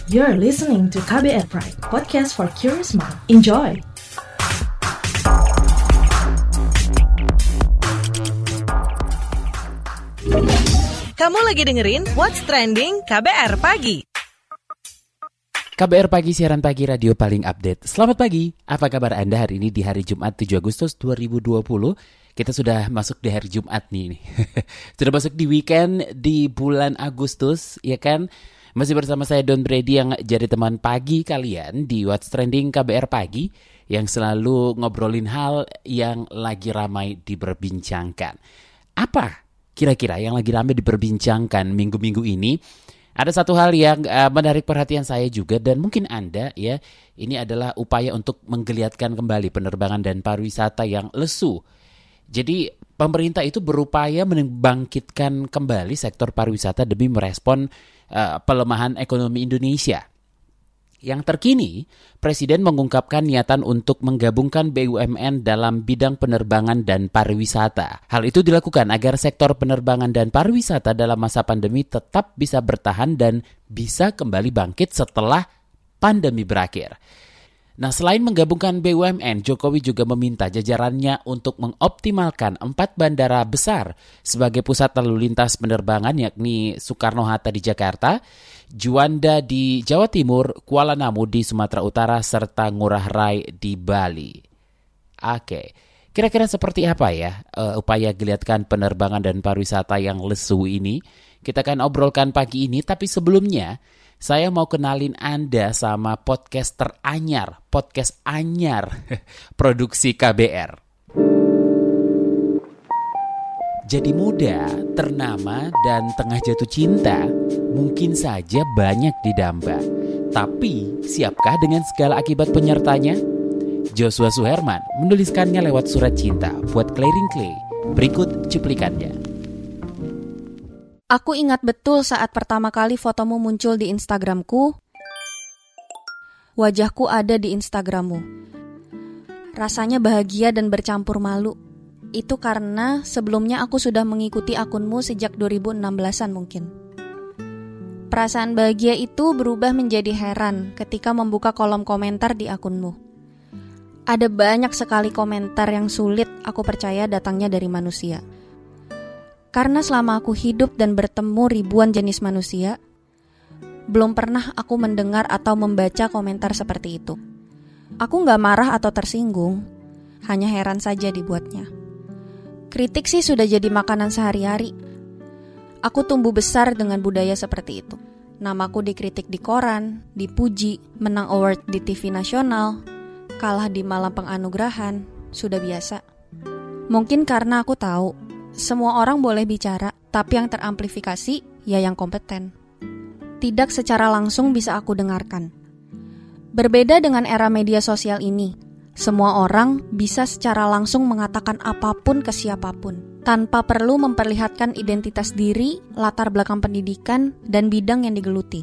You're listening to KBR Pride, podcast for curious mind. Enjoy! Kamu lagi dengerin What's Trending KBR Pagi. KBR Pagi, siaran pagi radio paling update. Selamat pagi, apa kabar Anda hari ini di hari Jumat 7 Agustus 2020? Kita sudah masuk di hari Jumat nih. Sudah masuk di weekend di bulan Agustus, ya kan? Masih bersama saya Don Brady yang jadi teman pagi kalian di What's Trending KBR Pagi, yang selalu ngobrolin hal yang lagi ramai diperbincangkan. Apa kira-kira yang lagi ramai diperbincangkan minggu-minggu ini? Ada satu hal yang menarik perhatian saya juga, dan mungkin Anda ya, ini adalah upaya untuk menggeliatkan kembali penerbangan dan pariwisata yang lesu. Jadi pemerintah itu berupaya membangkitkan kembali sektor pariwisata demi merespon pelemahan ekonomi Indonesia. Yang terkini, Presiden mengungkapkan niatan untuk menggabungkan BUMN dalam bidang penerbangan dan pariwisata. Hal itu dilakukan agar sektor penerbangan dan pariwisata dalam masa pandemi tetap bisa bertahan dan bisa kembali bangkit setelah pandemi berakhir. Nah, selain menggabungkan BUMN, Jokowi juga meminta jajarannya untuk mengoptimalkan 4 bandara besar sebagai pusat lalu lintas penerbangan, yakni Soekarno-Hatta di Jakarta, Juanda di Jawa Timur, Kuala Namu di Sumatera Utara, serta Ngurah Rai di Bali. Oke, kira-kira seperti apa ya upaya geliatkan penerbangan dan pariwisata yang lesu ini? Kita akan obrolkan pagi ini, tapi sebelumnya saya mau kenalin Anda sama podcaster anyar, podcast anyar, produksi KBR. Jadi muda, ternama, dan tengah jatuh cinta, mungkin saja banyak didamba. Tapi, siapkah dengan segala akibat penyertanya? Joshua Suherman menuliskannya lewat surat cinta buat Clearing Clay. Berikut cuplikannya. Aku ingat betul saat pertama kali fotomu muncul di Instagramku. Wajahku ada di Instagrammu. Rasanya bahagia dan bercampur malu. Itu karena sebelumnya aku sudah mengikuti akunmu sejak 2016-an mungkin. Perasaan bahagia itu berubah menjadi heran ketika membuka kolom komentar di akunmu. Ada banyak sekali komentar yang sulit aku percaya datangnya dari manusia. Karena selama aku hidup dan bertemu ribuan jenis manusia, belum pernah aku mendengar atau membaca komentar seperti itu. Aku gak marah atau tersinggung, hanya heran saja dibuatnya. Kritik sih sudah jadi makanan sehari-hari. Aku tumbuh besar dengan budaya seperti itu. Namaku dikritik di koran, dipuji, menang award di TV nasional, kalah di malam penganugerahan, sudah biasa. Mungkin karena aku tahu, semua orang boleh bicara, tapi yang teramplifikasi ya yang kompeten. Tidak secara langsung bisa aku dengarkan. Berbeda dengan era media sosial ini, semua orang bisa secara langsung mengatakan apapun ke siapapun, tanpa perlu memperlihatkan identitas diri, latar belakang pendidikan, dan bidang yang digeluti.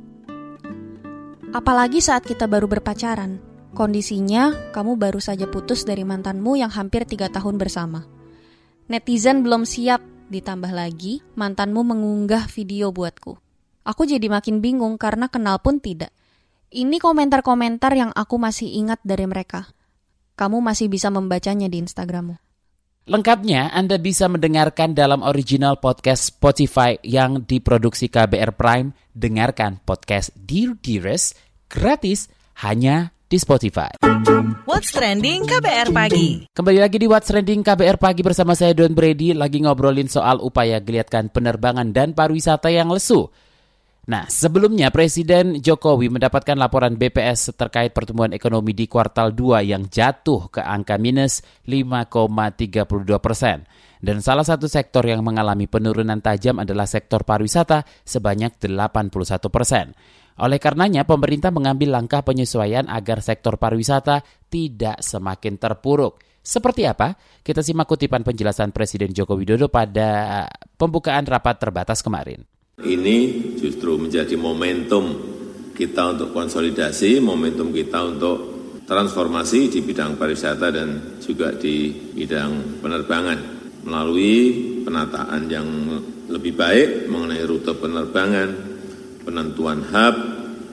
Apalagi saat kita baru berpacaran, kondisinya kamu baru saja putus dari mantanmu yang hampir 3 tahun bersama. Netizen belum siap, ditambah lagi mantanmu mengunggah video buatku. Aku jadi makin bingung karena kenal pun tidak. Ini komentar-komentar yang aku masih ingat dari mereka. Kamu masih bisa membacanya di Instagrammu. Lengkapnya Anda bisa mendengarkan dalam original podcast Spotify yang diproduksi KBR Prime. Dengarkan podcast Dear Dearest gratis hanya di Spotify. What's Trending KBR Pagi. Kembali lagi di What's Trending KBR Pagi bersama saya Don Brady, lagi ngobrolin soal upaya geliatkan penerbangan dan pariwisata yang lesu. Nah, sebelumnya Presiden Jokowi mendapatkan laporan BPS terkait pertumbuhan ekonomi di kuartal 2 yang jatuh ke angka minus 5,32%. Dan salah satu sektor yang mengalami penurunan tajam adalah sektor pariwisata sebanyak 81%. Oleh karenanya, pemerintah mengambil langkah penyesuaian agar sektor pariwisata tidak semakin terpuruk. Seperti apa? Kita simak kutipan penjelasan Presiden Joko Widodo pada pembukaan rapat terbatas kemarin. Ini justru menjadi momentum kita untuk konsolidasi, momentum kita untuk transformasi di bidang pariwisata dan juga di bidang penerbangan melalui penataan yang lebih baik mengenai rute penerbangan, penentuan hub,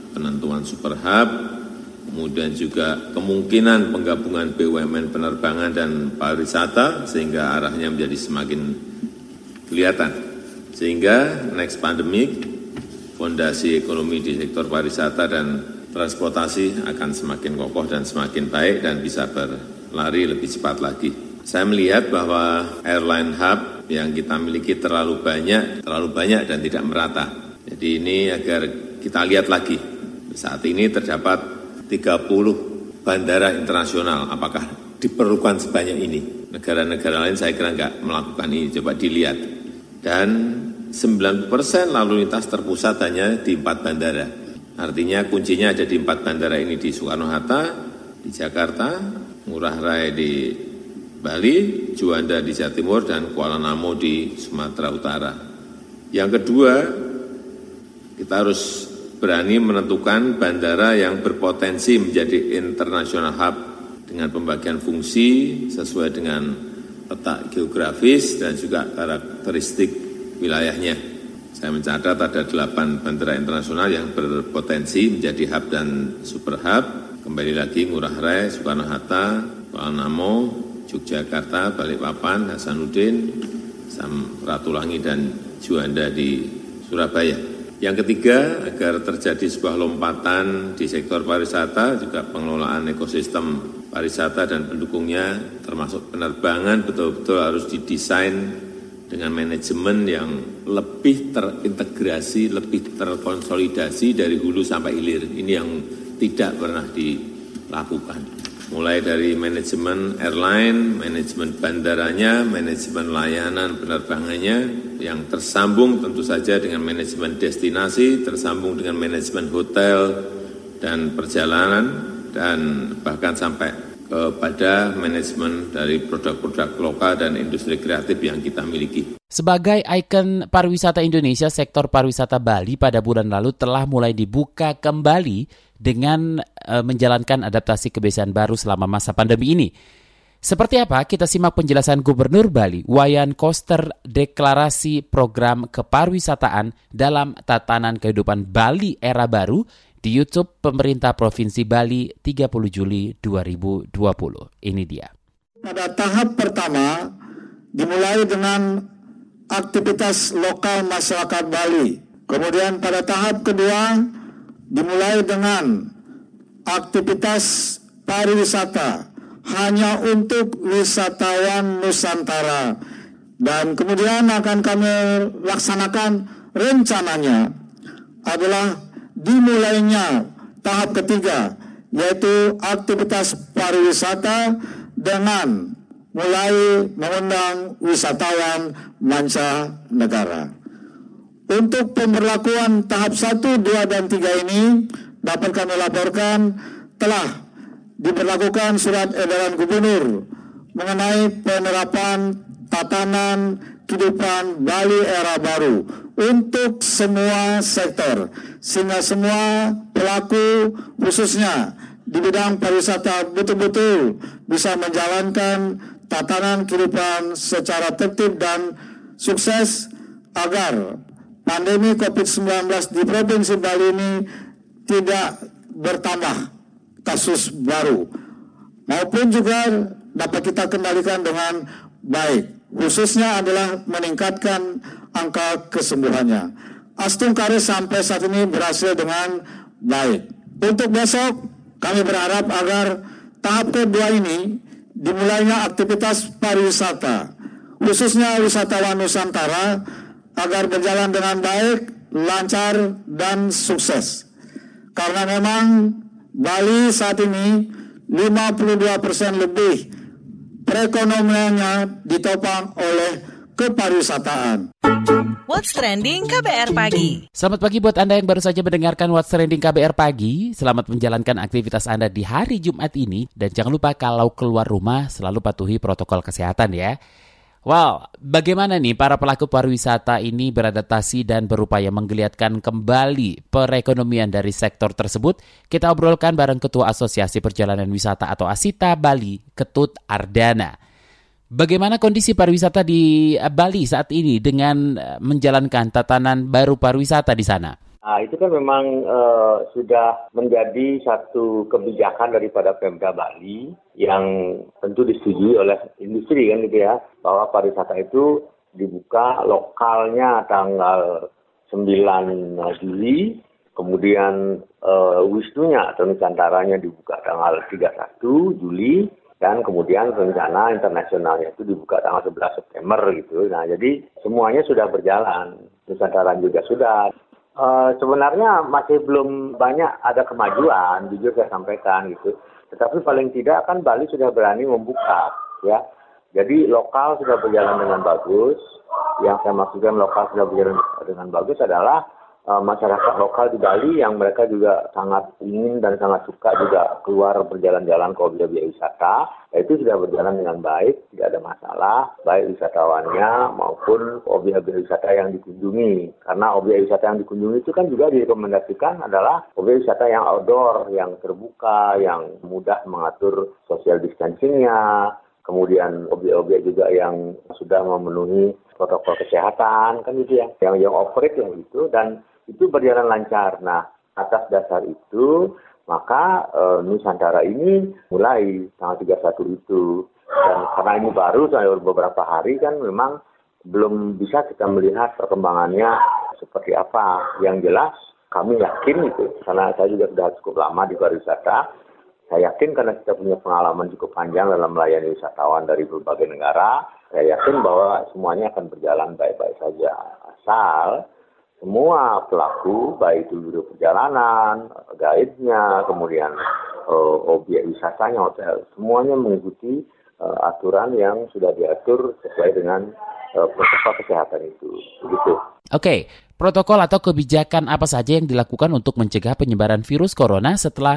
penentuan super hub, kemudian juga kemungkinan penggabungan BUMN penerbangan dan pariwisata sehingga arahnya menjadi semakin kelihatan. Sehingga next pandemic, fondasi ekonomi di sektor pariwisata dan transportasi akan semakin kokoh dan semakin baik dan bisa berlari lebih cepat lagi. Saya melihat bahwa airline hub yang kita miliki terlalu banyak dan tidak merata. Jadi ini agar kita lihat lagi. Saat ini terdapat 30 bandara internasional. Apakah diperlukan sebanyak ini? Negara-negara lain saya kira enggak melakukan ini. Coba dilihat. Dan 90% lalu lintas terpusat hanya di 4 bandara. Artinya kuncinya ada di 4 bandara ini, di Soekarno-Hatta, di Jakarta, Ngurah Rai di Bali, Juanda di Jawa Timur, dan Kuala Namu di Sumatera Utara. Yang kedua, kita harus berani menentukan bandara yang berpotensi menjadi international hub dengan pembagian fungsi sesuai dengan letak geografis dan juga karakteristik wilayahnya. Saya mencatat ada 8 bandara internasional yang berpotensi menjadi hub dan super hub. Kembali lagi Ngurah Rai, Soekarno-Hatta, Kuala Namu, Yogyakarta, Balikpapan, Hasanuddin, Samratulangi, dan Juanda di Surabaya. Yang ketiga, agar terjadi sebuah lompatan di sektor pariwisata, juga pengelolaan ekosistem pariwisata dan pendukungnya, termasuk penerbangan, betul-betul harus didesain dengan manajemen yang lebih terintegrasi, lebih terkonsolidasi dari hulu sampai hilir. Ini yang tidak pernah dilakukan. Mulai dari manajemen airline, manajemen bandaranya, manajemen layanan penerbangannya, yang tersambung tentu saja dengan manajemen destinasi, tersambung dengan manajemen hotel dan perjalanan, dan bahkan sampai kepada manajemen dari produk-produk lokal dan industri kreatif yang kita miliki. Sebagai ikon pariwisata Indonesia, sektor pariwisata Bali pada bulan lalu telah mulai dibuka kembali dengan menjalankan adaptasi kebiasaan baru selama masa pandemi ini. Seperti apa? Kita simak penjelasan Gubernur Bali, Wayan Koster, deklarasi program kepariwisataan dalam tatanan kehidupan Bali era baru di YouTube pemerintah Provinsi Bali 30 Juli 2020. Ini dia. Pada tahap pertama dimulai dengan aktivitas lokal masyarakat Bali. Kemudian pada tahap kedua dimulai dengan aktivitas pariwisata hanya untuk wisatawan Nusantara. Dan kemudian akan kami laksanakan rencananya adalah dimulainya tahap ketiga, yaitu aktivitas pariwisata dengan mulai mengundang wisatawan mancanegara. Untuk pemberlakuan tahap 1, 2, dan 3 ini dapat kami laporkan telah diberlakukan surat edaran gubernur mengenai penerapan tatanan kehidupan Bali era baru untuk semua sektor, sehingga semua pelaku khususnya di bidang pariwisata betul-betul bisa menjalankan tatanan kehidupan secara tertib dan sukses agar pandemi COVID-19 di Provinsi Bali ini tidak bertambah kasus baru, maupun juga dapat kita kendalikan dengan baik. Khususnya adalah meningkatkan angka kesembuhannya. Astung Karis sampai saat ini berhasil dengan baik. Untuk besok, kami berharap agar tahap kedua ini dimulainya aktivitas pariwisata, khususnya wisatawan Nusantara, agar berjalan dengan baik, lancar, dan sukses. Karena memang Bali saat ini 52% lebih perekonomiannya ditopang oleh kepariwisataan. What's Trending KBR Pagi. Selamat pagi buat Anda yang baru saja mendengarkan What's Trending KBR Pagi. Selamat menjalankan aktivitas Anda di hari Jumat ini. Dan jangan lupa kalau keluar rumah selalu patuhi protokol kesehatan ya. Wow, bagaimana nih para pelaku pariwisata ini beradaptasi dan berupaya menggeliatkan kembali perekonomian dari sektor tersebut? Kita obrolkan bareng Ketua Asosiasi Perjalanan Wisata atau ASITA Bali, Ketut Ardana. Bagaimana kondisi pariwisata di Bali saat ini dengan menjalankan tatanan baru pariwisata di sana? Nah, itu kan memang sudah menjadi satu kebijakan daripada Pemda Bali yang tentu disetujui oleh industri kan gitu ya, bahwa pariwisata itu dibuka lokalnya tanggal 9 Juli, kemudian Wisnunya atau Nusantaranya dibuka tanggal 31 Juli, dan kemudian rencana internasionalnya itu dibuka tanggal 11 September gitu. Nah, jadi semuanya sudah berjalan. Nusantara juga sudah. Sebenarnya masih belum banyak ada kemajuan, jujur saya sampaikan gitu. Tetapi paling tidak kan Bali sudah berani membuka, ya. Jadi lokal sudah berjalan dengan bagus. Yang saya maksudkan lokal sudah berjalan dengan bagus adalah masyarakat lokal di Bali yang mereka juga sangat ingin dan sangat suka juga keluar berjalan-jalan ke objek-objek wisata, itu sudah berjalan dengan baik, tidak ada masalah, baik wisatawannya maupun objek-objek wisata yang dikunjungi. Karena objek wisata yang dikunjungi itu kan juga direkomendasikan adalah objek wisata yang outdoor, yang terbuka, yang mudah mengatur social distancing-nya, kemudian objek-objek juga yang sudah memenuhi protokol kesehatan, kan gitu ya, yang operate yang itu, dan itu berjalan lancar. Nah, atas dasar itu, maka Nusantara ini mulai tanggal 31 itu. Dan karena ini baru, beberapa hari kan memang belum bisa kita melihat perkembangannya seperti apa. Yang jelas, kami yakin itu, karena saya juga sudah cukup lama di pariwisata, saya yakin karena kita punya pengalaman cukup panjang dalam melayani wisatawan dari berbagai negara, saya yakin bahwa semuanya akan berjalan baik-baik saja. Asal semua pelaku, baik itu juru perjalanan, guide-nya, kemudian objek wisatanya, hotel, semuanya mengikuti aturan yang sudah diatur sesuai dengan protokol kesehatan itu. Begitu. Oke, protokol atau kebijakan apa saja yang dilakukan untuk mencegah penyebaran virus corona setelah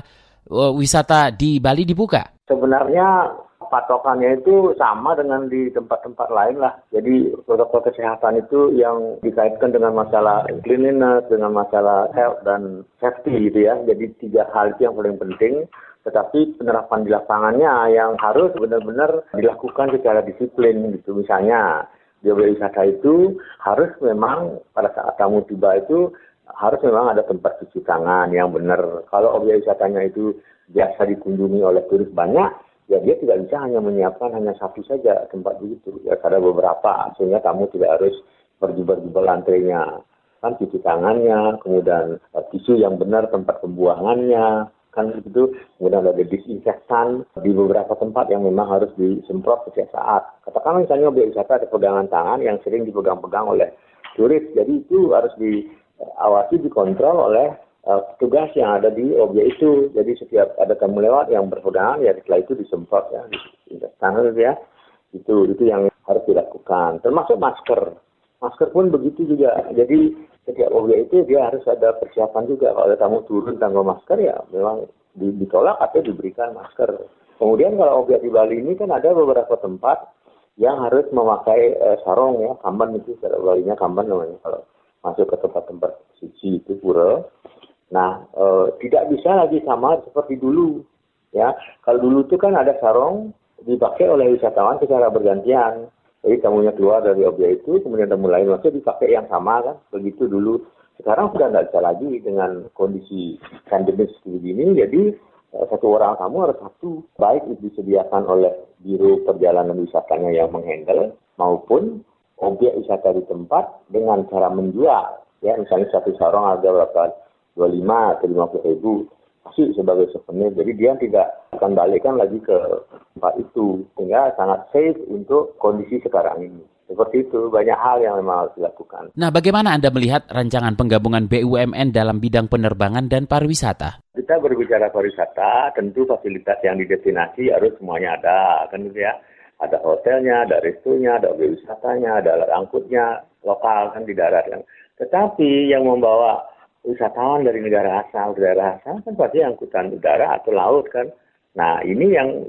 wisata di Bali dibuka? Sebenarnya patokannya itu sama dengan di tempat-tempat lain lah. Jadi protokol kesehatan itu yang dikaitkan dengan masalah cleanliness, dengan masalah health dan safety gitu ya. Jadi 3 hal itu yang paling penting. Tetapi penerapan di lapangannya yang harus benar-benar dilakukan secara disiplin gitu. Misalnya di objek wisata itu harus memang pada saat tamu tiba itu harus memang ada tempat cuci tangan yang benar. Kalau objek wisatanya itu biasa dikunjungi oleh turis banyak, ya dia tidak bisa hanya menyiapkan hanya satu saja tempat begitu. Ya ada beberapa, sehingga tamu tidak harus berjubel-jubel antrenya. Kan cuci tangannya, kemudian tisu yang benar, tempat pembuangannya, kan begitu. Kemudian ada disinfektan di beberapa tempat yang memang harus disemprot setiap saat. Katakan misalnya objek wisata ada pegangan tangan yang sering dipegang-pegang oleh turis. Jadi itu harus diawasi, dikontrol oleh petugas yang ada di objek itu. Jadi setiap ada tamu lewat yang berpegangan, ya setelah itu disemprot ya, disinfektan ya. Itu yang harus dilakukan. Termasuk masker. Masker pun begitu juga. Jadi setiap objek itu dia harus ada persiapan juga. Kalau ada tamu turun tanpa masker ya memang ditolak atau diberikan masker. Kemudian kalau objek di Bali ini kan ada beberapa tempat yang harus memakai sarung ya, kamban itu, cara Balinya kamban namanya kalau masuk ke tempat-tempat suci itu pura. Nah, tidak bisa lagi sama seperti dulu. Ya, kalau dulu itu kan ada sarung dipakai oleh wisatawan secara bergantian. Jadi tamunya keluar dari objek itu, kemudian tamu lain masuk dipakai yang sama kan. Begitu dulu. Sekarang sudah tidak bisa lagi dengan kondisi pandemi seperti ini. Jadi satu orang tamu harus satu, baik itu disediakan oleh biro perjalanan wisatanya yang menghandle maupun objek wisata di tempat dengan cara menjual. Ya, misalnya satu sarung harga berapa? 25 atau 50 ribu, pasti sebagai souvenir. Jadi dia tidak akan balikkan lagi ke tempat itu. Sehingga sangat safe untuk kondisi sekarang ini. Seperti itu, banyak hal yang memang harus dilakukan. Nah, bagaimana Anda melihat rancangan penggabungan BUMN dalam bidang penerbangan dan pariwisata? Kita berbicara pariwisata, tentu fasilitas yang di destinasi harus semuanya ada, kan gitu ya. Ada hotelnya, ada restonya, ada objek wisatanya, ada alat angkutnya, lokal kan di darat kan. Tetapi yang membawa wisatawan dari negara asal kan pasti angkutan udara atau laut kan. Nah ini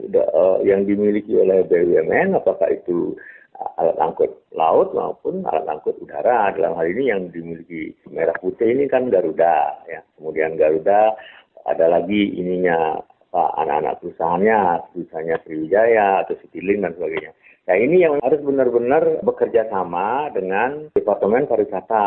yang dimiliki oleh BUMN, apakah itu alat angkut laut maupun alat angkut udara. Dalam hal ini yang dimiliki Merah Putih ini kan Garuda ya. Kemudian Garuda ada lagi ininya anak-anak perusahaannya Sriwijaya atau Citylink dan sebagainya. Nah ini yang harus benar-benar bekerja sama dengan Departemen Pariwisata.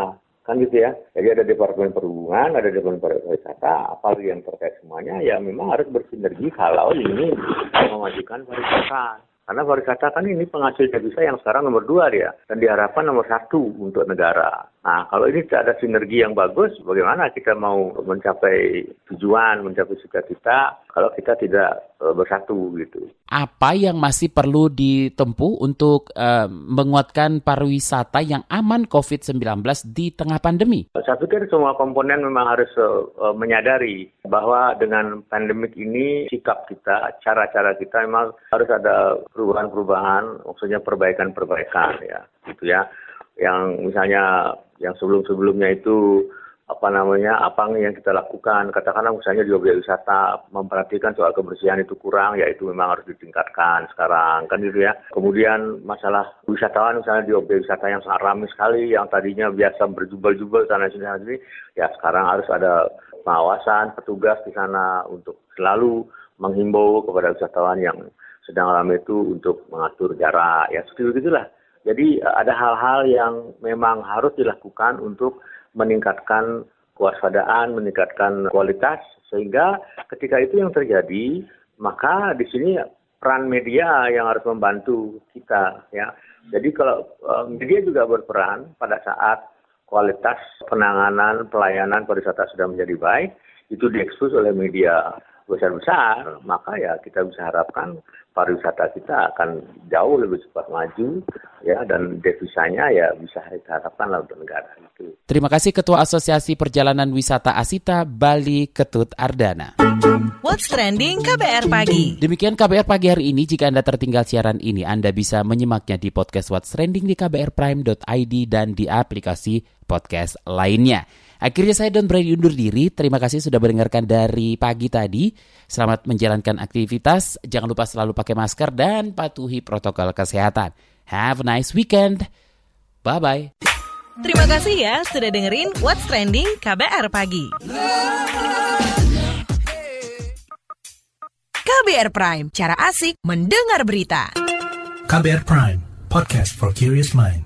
kan gitu ya. Jadi ada Departemen Perhubungan, ada Departemen Pariwisata, apalagi yang terkait semuanya, ya memang harus bersinergi kalau ini memajukan pariwisata. Karena pariwisata kan ini penghasil devisa yang sekarang nomor 2 dia, dan diharapkan nomor 1 untuk negara. Nah, kalau ini tidak ada sinergi yang bagus, bagaimana kita mau mencapai tujuan, mencapai cita-cita kalau kita tidak bersatu gitu. Apa yang masih perlu ditempuh untuk menguatkan pariwisata yang aman COVID-19 di tengah pandemi? Saya pikir semua komponen memang harus menyadari bahwa dengan pandemik ini sikap kita, cara-cara kita memang harus ada perubahan-perubahan, maksudnya perbaikan-perbaikan ya, gitu ya. Yang misalnya yang sebelum-sebelumnya itu apa yang kita lakukan, katakanlah misalnya di objek wisata memperhatikan soal kebersihan itu kurang, ya itu memang harus ditingkatkan sekarang kan gitu ya. Kemudian masalah wisatawan misalnya di objek wisata yang sangat ramai sekali, yang tadinya biasa berjubel-jubel sana sini, ya sekarang harus ada pengawasan petugas di sana untuk selalu menghimbau kepada wisatawan yang sedang ramai itu untuk mengatur jarak, ya seperti itulah. Jadi ada hal-hal yang memang harus dilakukan untuk meningkatkan kewaspadaan, meningkatkan kualitas, sehingga ketika itu yang terjadi, maka di sini peran media yang harus membantu kita, ya. Jadi kalau media juga berperan pada saat kualitas penanganan pelayanan pariwisata sudah menjadi baik, itu diekspos oleh media besar-besar, maka ya kita bisa harapkan pariwisata kita akan jauh lebih cepat maju, ya, dan devisanya ya bisa kita harapkan lah untuk negara itu. Terima kasih Ketua Asosiasi Perjalanan Wisata Asita Bali, Ketut Ardana. What's Trending KBR Pagi. Demikian KBR Pagi hari ini. Jika Anda tertinggal siaran ini, Anda bisa menyimaknya di podcast What's Trending di kbrprime.id dan di aplikasi podcast lainnya. Akhirnya saya Don Brady undur diri. Terima kasih sudah mendengarkan dari pagi tadi. Selamat menjalankan aktivitas. Jangan lupa selalu pakai masker dan patuhi protokol kesehatan. Have a nice weekend. Bye-bye. Terima kasih ya sudah dengerin What's Trending KBR Pagi. KBR Prime, cara asik mendengar berita. KBR Prime, podcast for curious mind.